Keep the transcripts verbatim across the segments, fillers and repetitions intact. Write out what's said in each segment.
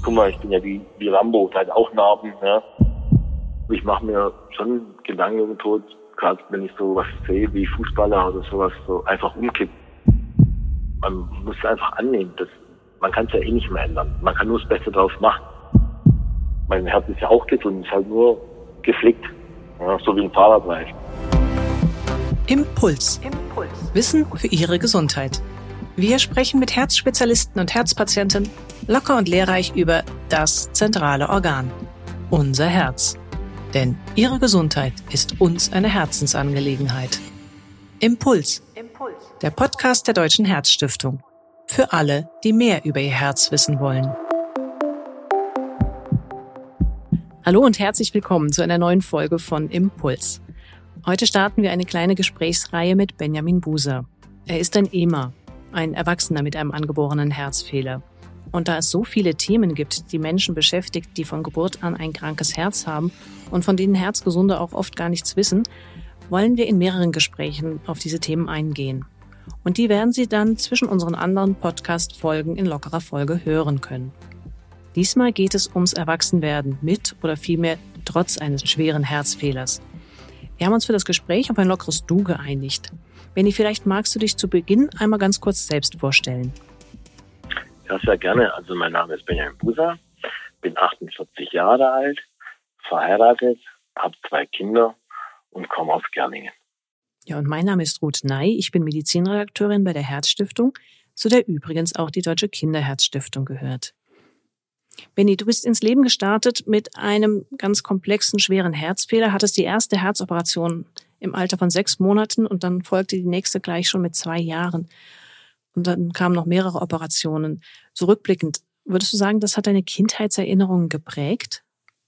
guck mal, ich bin ja wie, wie Rambo, da hat auch Narben, ja. Ich mache mir schon Gedanken um den Tod, gerade wenn ich so was sehe, wie Fußballer oder sowas, so einfach umkippt. Man muss es einfach annehmen, das, man kann es ja eh nicht mehr ändern. Man kann nur das Beste draus machen. Mein Herz ist ja auch gesund, ist halt nur geflickt, ja, so wie ein Fahrradreifen. Impuls. Impuls. Wissen für Ihre Gesundheit. Wir sprechen mit Herzspezialisten und Herzpatienten locker und lehrreich über das zentrale Organ, unser Herz. Denn Ihre Gesundheit ist uns eine Herzensangelegenheit. Impuls. Impuls. Der Podcast der Deutschen Herzstiftung. Für alle, die mehr über ihr Herz wissen wollen. Hallo und herzlich willkommen zu einer neuen Folge von Impuls. Heute starten wir eine kleine Gesprächsreihe mit Benjamin Buser. Er ist ein E M A, ein Erwachsener mit einem angeborenen Herzfehler. Und da es so viele Themen gibt, die Menschen beschäftigt, die von Geburt an ein krankes Herz haben und von denen Herzgesunde auch oft gar nichts wissen, wollen wir in mehreren Gesprächen auf diese Themen eingehen. Und die werden Sie dann zwischen unseren anderen Podcast-Folgen in lockerer Folge hören können. Diesmal geht es ums Erwachsenwerden mit oder vielmehr trotz eines schweren Herzfehlers. Wir haben uns für das Gespräch auf ein lockeres Du geeinigt. Benni, vielleicht magst du dich zu Beginn einmal ganz kurz selbst vorstellen. Ja, sehr gerne. Also mein Name ist Benjamin Buser, bin achtundvierzig Jahre alt, verheiratet, habe zwei Kinder und komme aus Gerlingen. Ja, und mein Name ist Ruth Ney. Ich bin Medizinredakteurin bei der Herzstiftung, zu der übrigens auch die Deutsche Kinderherzstiftung gehört. Benni, du bist ins Leben gestartet mit einem ganz komplexen, schweren Herzfehler, hattest die erste Herzoperation im Alter von sechs Monaten und dann folgte die nächste gleich schon mit zwei Jahren. Und dann kamen noch mehrere Operationen. Zurückblickend, würdest du sagen, das hat deine Kindheitserinnerungen geprägt?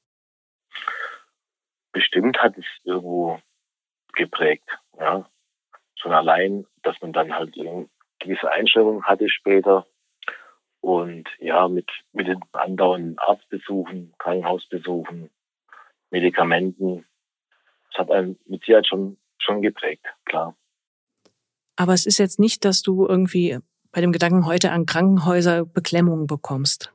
Bestimmt hat es irgendwo geprägt, ja. Schon allein, dass man dann halt eine gewisse Einstellungen hatte später. Und ja, mit, mit den andauernden Arztbesuchen, Krankenhausbesuchen, Medikamenten, das hat einen mit Sicherheit schon, schon geprägt, klar. Aber es ist jetzt nicht, dass du irgendwie bei dem Gedanken heute an Krankenhäuser Beklemmungen bekommst.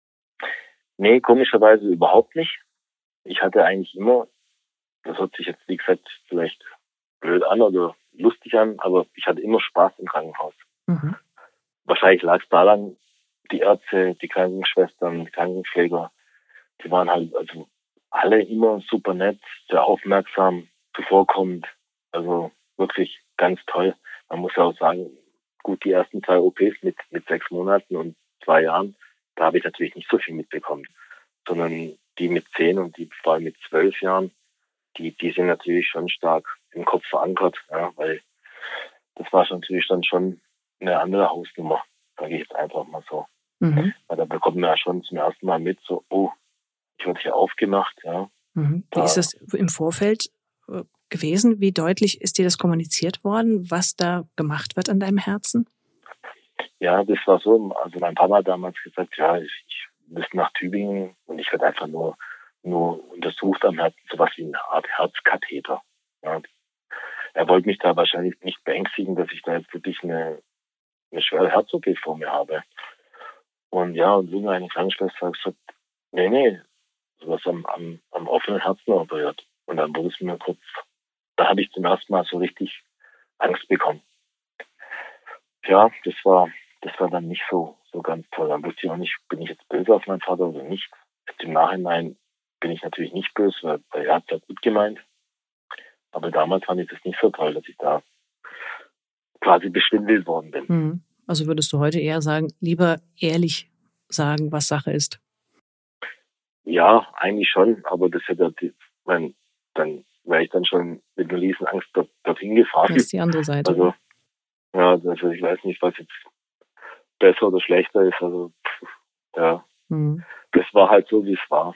Nee, komischerweise überhaupt nicht. Ich hatte eigentlich immer, das hört sich jetzt, wie gesagt, vielleicht blöd an oder lustig an, aber ich hatte immer Spaß im Krankenhaus. Mhm. Wahrscheinlich lag es daran, die Ärzte, die Krankenschwestern, die Krankenpfleger, die waren halt also alle immer super nett, sehr aufmerksam, zuvorkommend. Also wirklich ganz toll. Man muss ja auch sagen, gut, die ersten zwei O Ps mit, mit sechs Monaten und zwei Jahren, da habe ich natürlich nicht so viel mitbekommen. Sondern die mit zehn und die vor allem mit zwölf Jahren, die, die sind natürlich schon stark im Kopf verankert, ja, weil das war schon natürlich dann schon eine andere Hausnummer, sage ich jetzt einfach mal so. Mhm. Weil da bekommt man ja schon zum ersten Mal mit, so, oh, ich wurde hier aufgemacht, ja. Mhm. Wie ist das im Vorfeld gewesen? Wie deutlich ist dir das kommuniziert worden, was da gemacht wird an deinem Herzen? Ja, das war so, also mein Papa hat damals gesagt, ja, ich, ich müsste nach Tübingen und ich werde einfach nur, nur untersucht am Herzen, sowas wie eine Art Herzkatheter. Ja. Er wollte mich da wahrscheinlich nicht beängstigen, dass ich da jetzt wirklich eine, eine schwere Herz-O P vor mir habe. Und ja, und irgendeine Krankenschwester hat gesagt, nee, nee, sowas am, am, am offenen Herzen operiert. Und dann wurde es mir kurz, da habe ich zum ersten Mal so richtig Angst bekommen. Ja, das war, das war dann nicht so, so ganz toll. Dann wusste ich auch nicht, bin ich jetzt böse auf meinen Vater oder nicht. Jetzt im Nachhinein bin ich natürlich nicht böse, weil, weil er hat es ja gut gemeint. Aber damals fand ich das nicht so toll, dass ich da quasi beschwindelt worden bin. Mhm. Also würdest du heute eher sagen, lieber ehrlich sagen, was Sache ist? Ja, eigentlich schon, aber das hätte mein, dann wäre ich dann schon mit einer riesen Angst dort, dorthin gefahren. Das ist die andere Seite. Also, ja, also ich weiß nicht, was jetzt besser oder schlechter ist. Also, ja, mhm. Das war halt so, wie es war.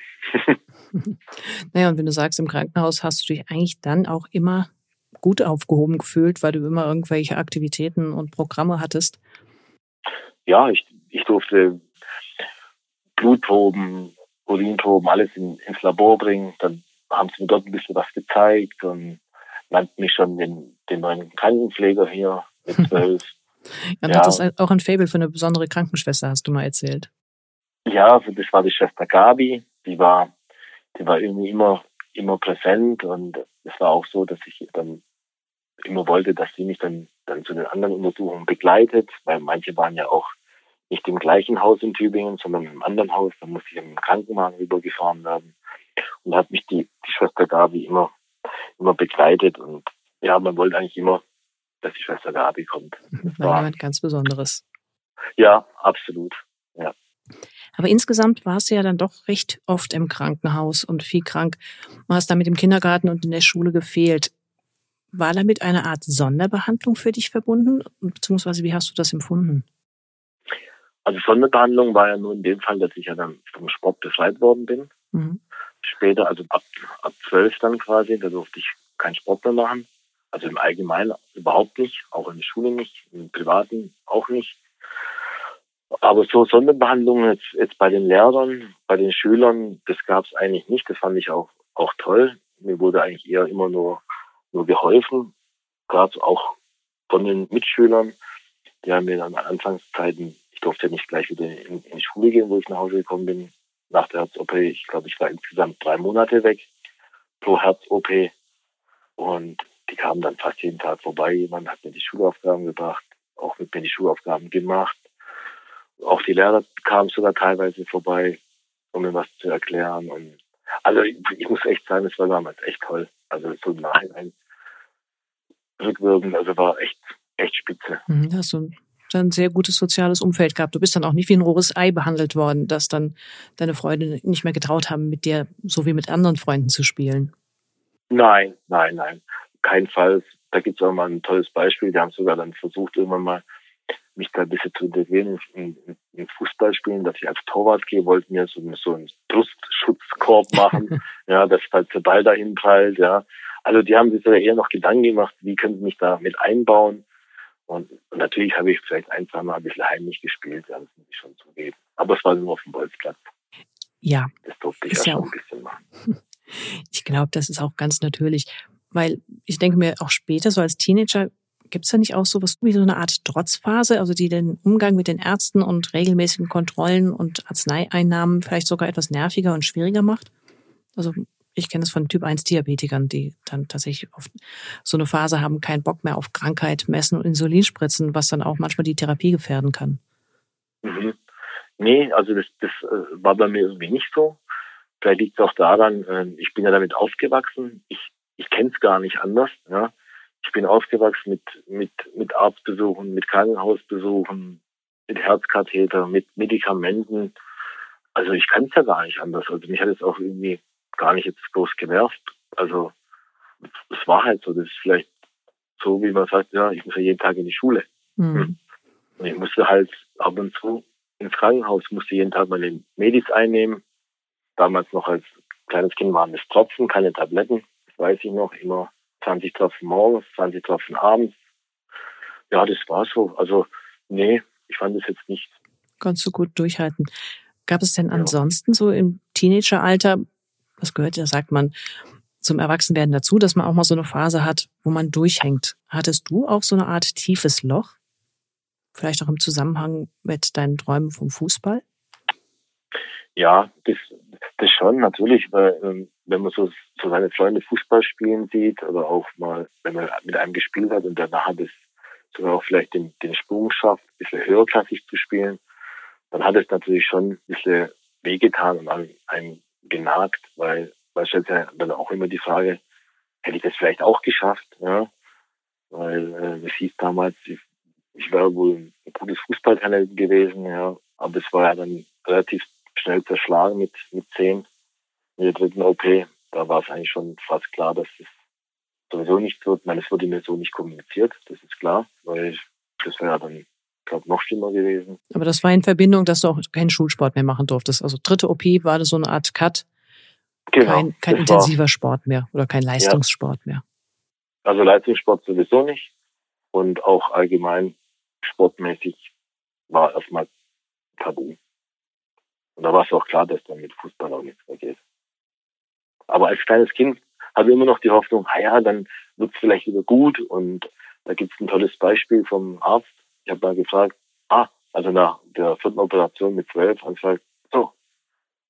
Naja, und wenn du sagst, im Krankenhaus hast du dich eigentlich dann auch immer gut aufgehoben gefühlt, weil du immer irgendwelche Aktivitäten und Programme hattest? Ja, ich, ich durfte Blutproben, Urinproben, alles in, ins Labor bringen. Dann haben sie mir dort ein bisschen was gezeigt und nannten mich schon den, den neuen Krankenpfleger hier mit zwölf. Ja, und ja. Hattest auch ein Faible für eine besondere Krankenschwester, hast du mal erzählt. Ja, also das war die Schwester Gabi, die war, die war irgendwie immer, immer präsent, und es war auch so, dass ich dann immer wollte, dass sie mich dann, dann zu den anderen Untersuchungen begleitet, weil manche waren ja auch nicht im gleichen Haus in Tübingen, sondern im anderen Haus. Da musste ich im Krankenwagen rübergefahren werden. Und da hat mich die, die Schwester Gabi immer, immer begleitet. Und ja, man wollte eigentlich immer, dass die Schwester Gabi kommt. Das war jemand ganz Besonderes. Ja, absolut. Ja. Aber insgesamt warst du ja dann doch recht oft im Krankenhaus und viel krank. Du hast damit im Kindergarten und in der Schule gefehlt. War damit eine Art Sonderbehandlung für dich verbunden? Beziehungsweise wie hast du das empfunden? Also Sonderbehandlung war ja nur in dem Fall, dass ich ja dann vom Sport befreit worden bin. Mhm. Später, also ab, ab zwölf dann quasi, da durfte ich keinen Sport mehr machen. Also im Allgemeinen überhaupt nicht, auch in der Schule nicht, im Privaten auch nicht. Aber so Sonderbehandlungen jetzt, jetzt bei den Lehrern, bei den Schülern, das gab es eigentlich nicht. Das fand ich auch, auch toll. Mir wurde eigentlich eher immer nur, nur geholfen. Gerade auch von den Mitschülern. Die haben mir dann an Anfangszeiten, ich durfte nicht gleich wieder in, in die Schule gehen, wo ich nach Hause gekommen bin. Nach der Herz-O P, ich glaube, ich war insgesamt drei Monate weg pro Herz-O P. Und die kamen dann fast jeden Tag vorbei. Jemand hat mir die Schulaufgaben gebracht, auch mit mir die Schulaufgaben gemacht. Auch die Lehrer kamen sogar teilweise vorbei, um mir was zu erklären. Und also ich, ich muss echt sagen, es war damals echt toll. Also so im Nachhinein rückwirkend, also war echt, echt spitze. Mhm, da hast du ein sehr gutes soziales Umfeld gehabt. Du bist dann auch nicht wie ein rohes Ei behandelt worden, dass dann deine Freunde nicht mehr getraut haben, mit dir so wie mit anderen Freunden zu spielen. Nein, nein, nein, kein Fall. Da gibt es auch mal ein tolles Beispiel. Die haben sogar dann versucht, irgendwann mal mich da ein bisschen zu integrieren in, in, in Fußballspielen, dass ich als Torwart gehe, wollten mir so, so einen Brustschutzkorb machen, ja, dass halt der Ball dahin prallt, ja. Also die haben sich da eher noch Gedanken gemacht, wie können sie mich da mit einbauen. Und, und natürlich habe ich vielleicht ein, zwei Mal ein bisschen heimlich gespielt, ja, das muss ich schon zugeben. Aber es war nur auf dem Bolzplatz. Ja. Das durfte ich ja schon auch ein bisschen machen. Ich glaube, das ist auch ganz natürlich, weil ich denke mir auch später, so als Teenager, gibt es da nicht auch sowas wie so eine Art Trotzphase, also die den Umgang mit den Ärzten und regelmäßigen Kontrollen und Arzneieinnahmen vielleicht sogar etwas nerviger und schwieriger macht? Also ich kenne es von Typ eins Diabetikern, die dann tatsächlich oft so eine Phase haben, keinen Bock mehr auf Krankheit, messen und Insulin spritzen, was dann auch manchmal die Therapie gefährden kann. Mhm. Nee, also das, das war bei mir irgendwie nicht so. Vielleicht liegt es auch daran, ich bin ja damit aufgewachsen. Ich, ich kenne es gar nicht anders. Ja. Ich bin aufgewachsen mit, mit, mit Arztbesuchen, mit Krankenhausbesuchen, mit Herzkatheter, mit Medikamenten. Also ich kann es ja gar nicht anders. Also mich hat es auch irgendwie gar nicht jetzt groß genervt. Also es war halt so. Das ist vielleicht so, wie man sagt, ja, ich muss ja jeden Tag in die Schule. Mhm. Und ich musste halt ab und zu ins Krankenhaus, musste jeden Tag meine Medis einnehmen. Damals noch als kleines Kind waren es Tropfen, keine Tabletten. Das weiß ich noch, immer zwanzig Tropfen morgens, zwanzig Tropfen abends. Ja, das war so. Also, nee, ich fand das jetzt nicht. Kannst du gut durchhalten. Gab es denn ja. ansonsten so im Teenageralter, was gehört ja, sagt man, zum Erwachsenwerden dazu, dass man auch mal so eine Phase hat, wo man durchhängt? Hattest du auch so eine Art tiefes Loch? Vielleicht auch im Zusammenhang mit deinen Träumen vom Fußball? Ja, das, das schon, natürlich, weil ähm, wenn man so, so seine Freunde Fußball spielen sieht oder auch mal, wenn man mit einem gespielt hat und danach hat es sogar auch vielleicht den, den Sprung schafft, ein bisschen höherklassig zu spielen, dann hat es natürlich schon ein bisschen wehgetan und einem, einem genagt, weil man stellt ja dann auch immer die Frage, hätte ich das vielleicht auch geschafft, ja, weil äh, es hieß damals, ich, ich wäre wohl ein gutes Fußballtalent gewesen, ja, aber es war ja dann relativ schnell zerschlagen mit, mit zehn in der dritten O P. Da war es eigentlich schon fast klar, dass es sowieso nicht wird. Ich meine, es wurde mir so nicht kommuniziert, das ist klar, weil das wäre ja dann, ich glaube, noch schlimmer gewesen. Aber das war in Verbindung, dass du auch keinen Schulsport mehr machen durftest. Also dritte O P war das so eine Art Cut, genau, kein, kein intensiver war, Sport mehr oder kein Leistungssport ja. mehr. Also Leistungssport sowieso nicht und auch allgemein sportmäßig war erstmal tabu. Und da war es auch klar, dass dann mit Fußball auch nichts mehr geht. Aber als kleines Kind habe ich immer noch die Hoffnung, ah ja, dann wird es vielleicht wieder gut. Und da gibt es ein tolles Beispiel vom Arzt. Ich habe mal gefragt, ah, also nach der vierten Operation mit zwölf, habe ich gesagt, so,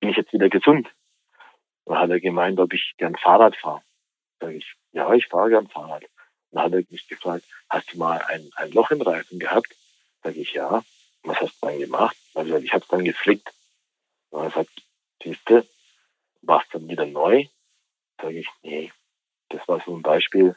bin ich jetzt wieder gesund? Dann hat er gemeint, ob ich gern Fahrrad fahre. Sag ich, ja, ich fahre gern Fahrrad. Dann hat er mich gefragt, hast du mal ein, ein Loch im Reifen gehabt? Sag ich, ja. Was hast du dann gemacht? Also ich habe es dann geflickt. Und er sagt, siehste, war es dann wieder neu? Sag ich, nee. Das war so ein Beispiel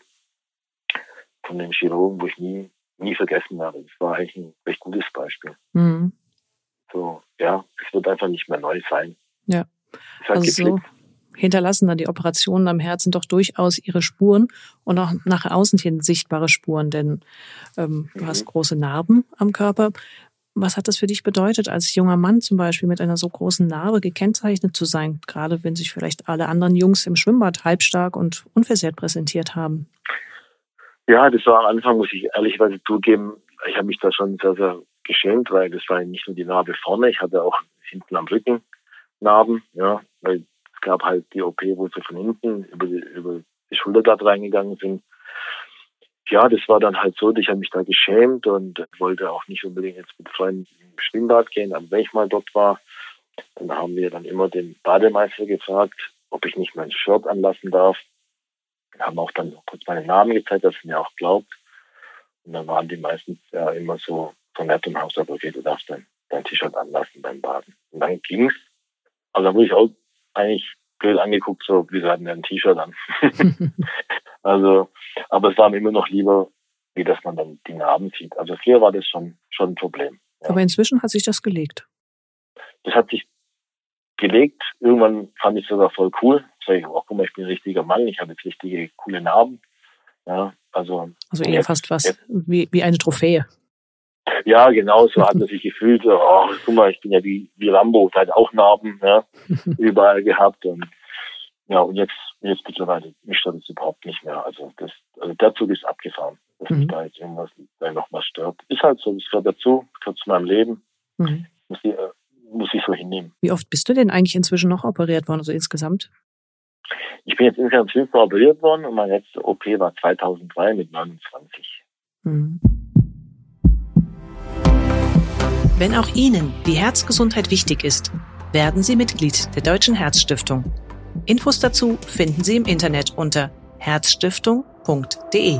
von dem Chirurgen, wo ich nie, nie vergessen habe. Das war eigentlich ein recht gutes Beispiel. Mhm. So, ja, es wird einfach nicht mehr neu sein. Ja, ist halt also so hinterlassen dann die Operationen am Herzen doch durchaus ihre Spuren und auch nach außen hin sichtbare Spuren, denn ähm, du mhm. hast große Narben am Körper. Was hat das für dich bedeutet, als junger Mann zum Beispiel mit einer so großen Narbe gekennzeichnet zu sein, gerade wenn sich vielleicht alle anderen Jungs im Schwimmbad halbstark und unversehrt präsentiert haben? Ja, das war am Anfang, muss ich ehrlicherweise zugeben, ich habe mich da schon sehr, sehr geschämt, weil das war nicht nur die Narbe vorne, ich hatte auch hinten am Rücken Narben, ja, weil es gab halt die O P, wo sie von hinten über die, über die Schulterblatt reingegangen sind. Ja, das war dann halt so, ich habe mich da geschämt und wollte auch nicht unbedingt jetzt mit Freunden im Schwimmbad gehen, aber wenn ich mal dort war, dann haben wir dann immer den Bademeister gefragt, ob ich nicht mein Shirt anlassen darf. Wir haben auch dann kurz meinen Namen gezeigt, dass er mir auch glaubt. Und dann waren die meistens ja immer so, so nett und haben gesagt, okay, du darfst dein, dein T-Shirt anlassen beim Baden. Und dann ging's. Also da wurde ich auch eigentlich blöd angeguckt, so, wieso hatten wir ein T-Shirt an? Also, aber es war mir immer noch lieber, wie dass man dann die Narben sieht. Also früher war das schon, schon ein Problem. Ja. Aber inzwischen hat sich das gelegt. Das hat sich gelegt. Irgendwann fand ich sogar voll cool. Sag ich, oh, guck mal, ich bin ein richtiger Mann, ich habe jetzt richtige coole Narben. Ja, also, also eher jetzt, fast was jetzt, wie, wie eine Trophäe. Ja, genau, so hat man sich gefühlt. So, oh, guck mal, ich bin ja wie, wie Rambo, hat auch Narben, ja, überall gehabt. Und ja, und jetzt, jetzt mittlerweile, mich stört es überhaupt nicht mehr. Also das, also der Zug ist abgefahren, dass Mhm. mich da jetzt irgendwas noch mal stört. Ist halt so, das gehört dazu, gehört zu meinem Leben. Mhm. Muss ich, äh, muss ich so hinnehmen. Wie oft bist du denn eigentlich inzwischen noch operiert worden, also insgesamt? Ich bin jetzt insgesamt fünfmal operiert worden und meine letzte O P war zweitausenddrei mit neunundzwanzig. Mhm. Wenn auch Ihnen die Herzgesundheit wichtig ist, werden Sie Mitglied der Deutschen Herzstiftung. Infos dazu finden Sie im Internet unter herzstiftung punkt de.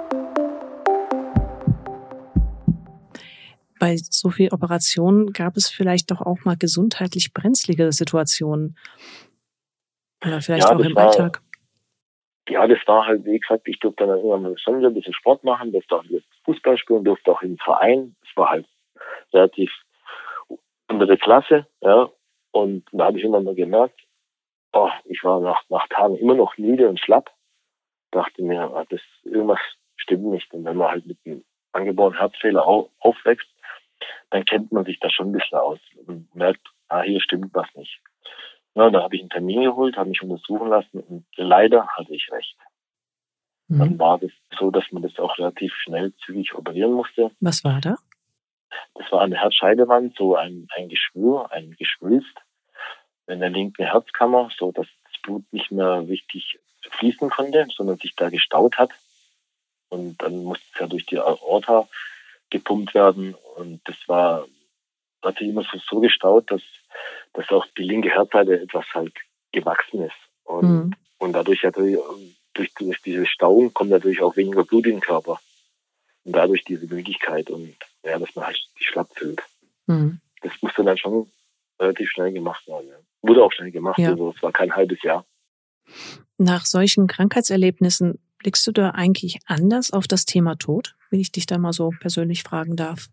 Bei so viel Operationen gab es vielleicht doch auch mal gesundheitlich brenzlige Situationen. Oder vielleicht Ja, auch das im war, Alltag. Ja, das war halt, wie gesagt, ich durfte dann irgendwann mal schon wieder ein bisschen Sport machen, durfte auch wieder Fußball spielen, durfte auch im Verein. Es war halt relativ unter der Klasse, ja. Und da habe ich irgendwann mal gemerkt, oh, ich war nach, nach Tagen immer noch müde und schlapp. Dachte mir, ah, das, irgendwas stimmt nicht. Und wenn man halt mit einem angeborenen Herzfehler au, aufwächst, dann kennt man sich da schon ein bisschen aus und merkt, ah, hier stimmt was nicht. Ja, da habe ich einen Termin geholt, habe mich untersuchen lassen und leider hatte ich recht. Mhm. Dann war das so, dass man das auch relativ schnell zügig operieren musste. Was war da? Das war an der Herzscheidewand so ein, ein Geschwür, ein Geschwülst in der linken Herzkammer, so dass das Blut nicht mehr richtig fließen konnte, sondern sich da gestaut hat. Und dann musste es ja durch die Aorta gepumpt werden. Und das war, hat sich immer so, so gestaut, dass, dass auch die linke Herzseite etwas halt gewachsen ist. Und, mhm. und dadurch, ja, durch, durch diese Stauung kommt natürlich auch weniger Blut in den Körper. Und dadurch diese Müdigkeit und ja, dass man halt sich schlapp fühlt. Mhm. Das musste dann schon relativ schnell gemacht werden. Ja. Wurde auch schnell gemacht, ja. Also es war kein halbes Jahr. Nach solchen Krankheitserlebnissen blickst du da eigentlich anders auf das Thema Tod, wenn ich dich da mal so persönlich fragen darf?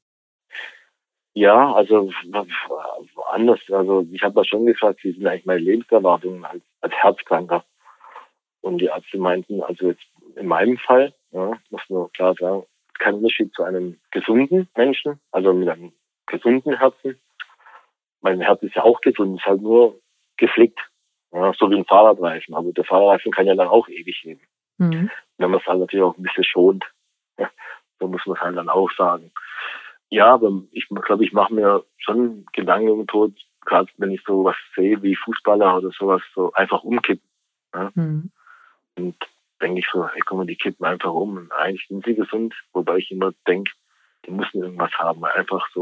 Ja, also anders. Also ich habe da schon gefragt, wie sind eigentlich meine Lebenserwartungen als, als Herzkranker? Und die Ärzte meinten, also jetzt in meinem Fall, ja, muss man klar sagen, kein Unterschied zu einem gesunden Menschen, also mit einem gesunden Herzen. Mein Herz ist ja auch gesund, ist halt nur geflickt, ja, so wie ein Fahrradreifen. Also der Fahrradreifen kann ja dann auch ewig leben. Mhm. Wenn man es halt natürlich auch ein bisschen schont. Ja, so muss man es halt dann auch sagen. Ja, aber ich glaube, ich mache mir schon Gedanken um den Tod, gerade wenn ich so was sehe wie Fußballer oder sowas, so einfach umkippen. Ja. Mhm. Und denke ich so, hey, guck mal, die kippen einfach um und eigentlich sind sie gesund, wobei ich immer denke, die müssen irgendwas haben, weil einfach so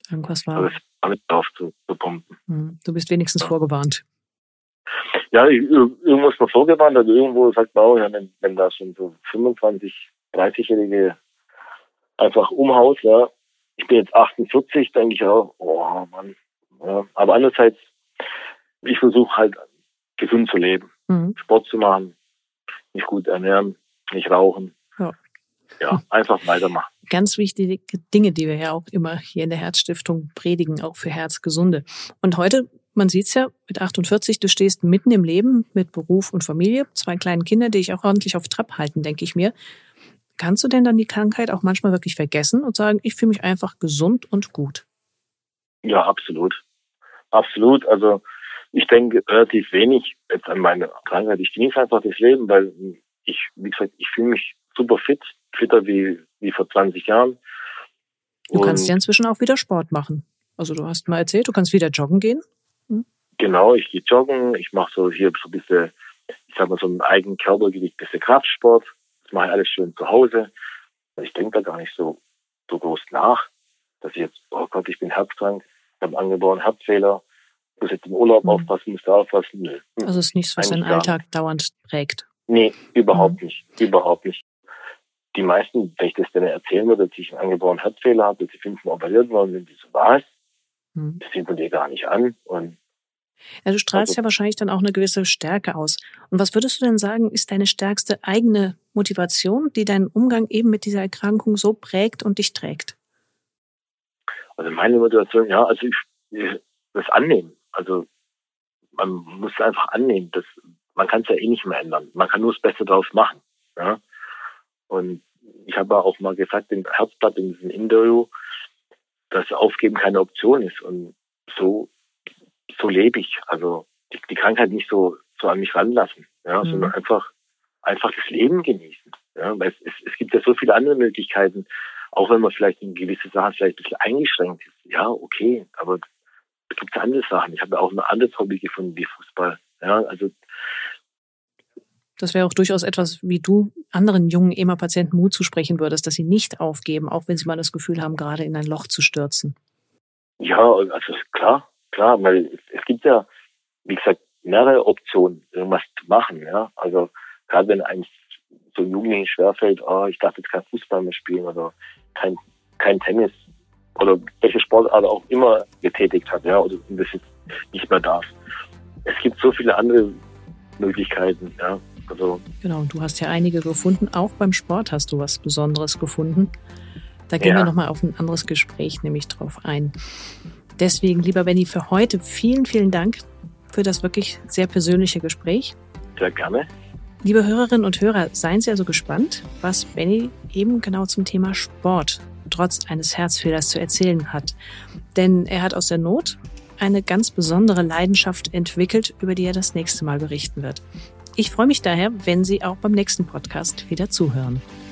Irgendwas war. alles, alles drauf zu, zu pumpen. Hm. Du bist wenigstens Ja. vorgewarnt. Ja, irgendwo ist man vorgewarnt, also irgendwo sagt man auch, ja, wenn, wenn da schon so fünfundzwanzig, dreißig-Jährige einfach umhaut, ja. Ich bin jetzt achtundvierzig, denke ich auch, oh Mann. Ja. Aber andererseits, ich versuche halt gesund zu leben, Mhm. Sport zu machen, mich gut ernähren, nicht rauchen. Ja. Ja, einfach weitermachen. Ganz wichtige Dinge, die wir ja auch immer hier in der Herzstiftung predigen, auch für Herzgesunde. Und heute, man sieht's ja, mit achtundvierzig, du stehst mitten im Leben mit Beruf und Familie, zwei kleinen Kinder, die ich auch ordentlich auf Trab halten, denke ich mir. Kannst du denn dann die Krankheit auch manchmal wirklich vergessen und sagen, ich fühle mich einfach gesund und gut? Ja, absolut. Absolut. Also ich denke relativ wenig jetzt an meine Krankheit. Ich genieße einfach das Leben, weil ich, wie gesagt, ich fühle mich super fit, fitter wie, wie vor zwanzig Jahren. Du Und kannst ja inzwischen auch wieder Sport machen. Also du hast mal erzählt, du kannst wieder joggen gehen. Hm? Genau, ich gehe joggen, ich mache so hier so ein bisschen, ich sag mal so ein eigenes Körpergewicht, bisschen Kraftsport. Das mache ich alles schön zu Hause. Ich denke da gar nicht so, so groß nach, dass ich jetzt, oh Gott, ich bin herzkrank, ich habe einen angeborenen Herzfehler, muss jetzt im Urlaub Hm. aufpassen, muss da aufpassen. Nö. Also es ist nichts, was Eigentlich deinen gar Alltag dauernd prägt. Nee, überhaupt Mhm. nicht. Überhaupt nicht. Die meisten, wenn ich das denen erzählen würde, dass ich einen angeborenen Herzfehler habe, dass sie fünfmal operiert worden sind, die so, was? Mhm. Das sieht man dir gar nicht an. Und Ja, du strahlst Also- ja wahrscheinlich dann auch eine gewisse Stärke aus. Und was würdest du denn sagen, ist deine stärkste eigene Motivation, die deinen Umgang eben mit dieser Erkrankung so prägt und dich trägt? also meine Motivation, ja, also ich, ich das annehmen. Also man muss es einfach annehmen. Das, man kann es ja eh nicht mehr ändern. Man kann nur das Beste draus machen. Ja? Und ich habe auch mal gesagt im Herzblatt in diesem Interview, dass Aufgeben keine Option ist. Und so, so lebe ich. Also die, die Krankheit nicht so, so an mich ranlassen, ja, Mhm. sondern einfach, einfach das Leben genießen. Ja? Weil es, es, es gibt ja so viele andere Möglichkeiten, auch wenn man vielleicht in gewisse Sachen vielleicht ein bisschen eingeschränkt ist. Ja, okay, aber es gibt andere Sachen. Ich habe ja auch ein anderes Hobby gefunden wie Fußball. Ja, also Das wäre auch durchaus etwas, wie du anderen jungen E M A-Patienten Mut zusprechen würdest, dass sie nicht aufgeben, auch wenn sie mal das Gefühl haben, gerade in ein Loch zu stürzen. ja, also klar, klar, weil es, es gibt ja, wie gesagt, mehrere Optionen, irgendwas zu machen. Ja, also gerade wenn einem so Jugendlichen schwerfällt, oh, ich darf jetzt kein Fußball mehr spielen oder kein kein Tennis oder welche Sportart auch immer getätigt hat, ja, oder das jetzt nicht mehr darf. Es gibt so viele andere Möglichkeiten, ja. Also Genau, und du hast ja einige gefunden. Auch beim Sport hast du was Besonderes gefunden. Da gehen Ja. wir nochmal auf ein anderes Gespräch nämlich drauf ein. Deswegen, lieber Benny, für heute vielen, vielen Dank für das wirklich sehr persönliche Gespräch. sehr gerne. Liebe Hörerinnen und Hörer, seien Sie also gespannt, was Benny eben genau zum Thema Sport trotz eines Herzfehlers zu erzählen hat. Denn er hat aus der Not eine ganz besondere Leidenschaft entwickelt, über die er das nächste Mal berichten wird. Ich freue mich daher, wenn Sie auch beim nächsten Podcast wieder zuhören.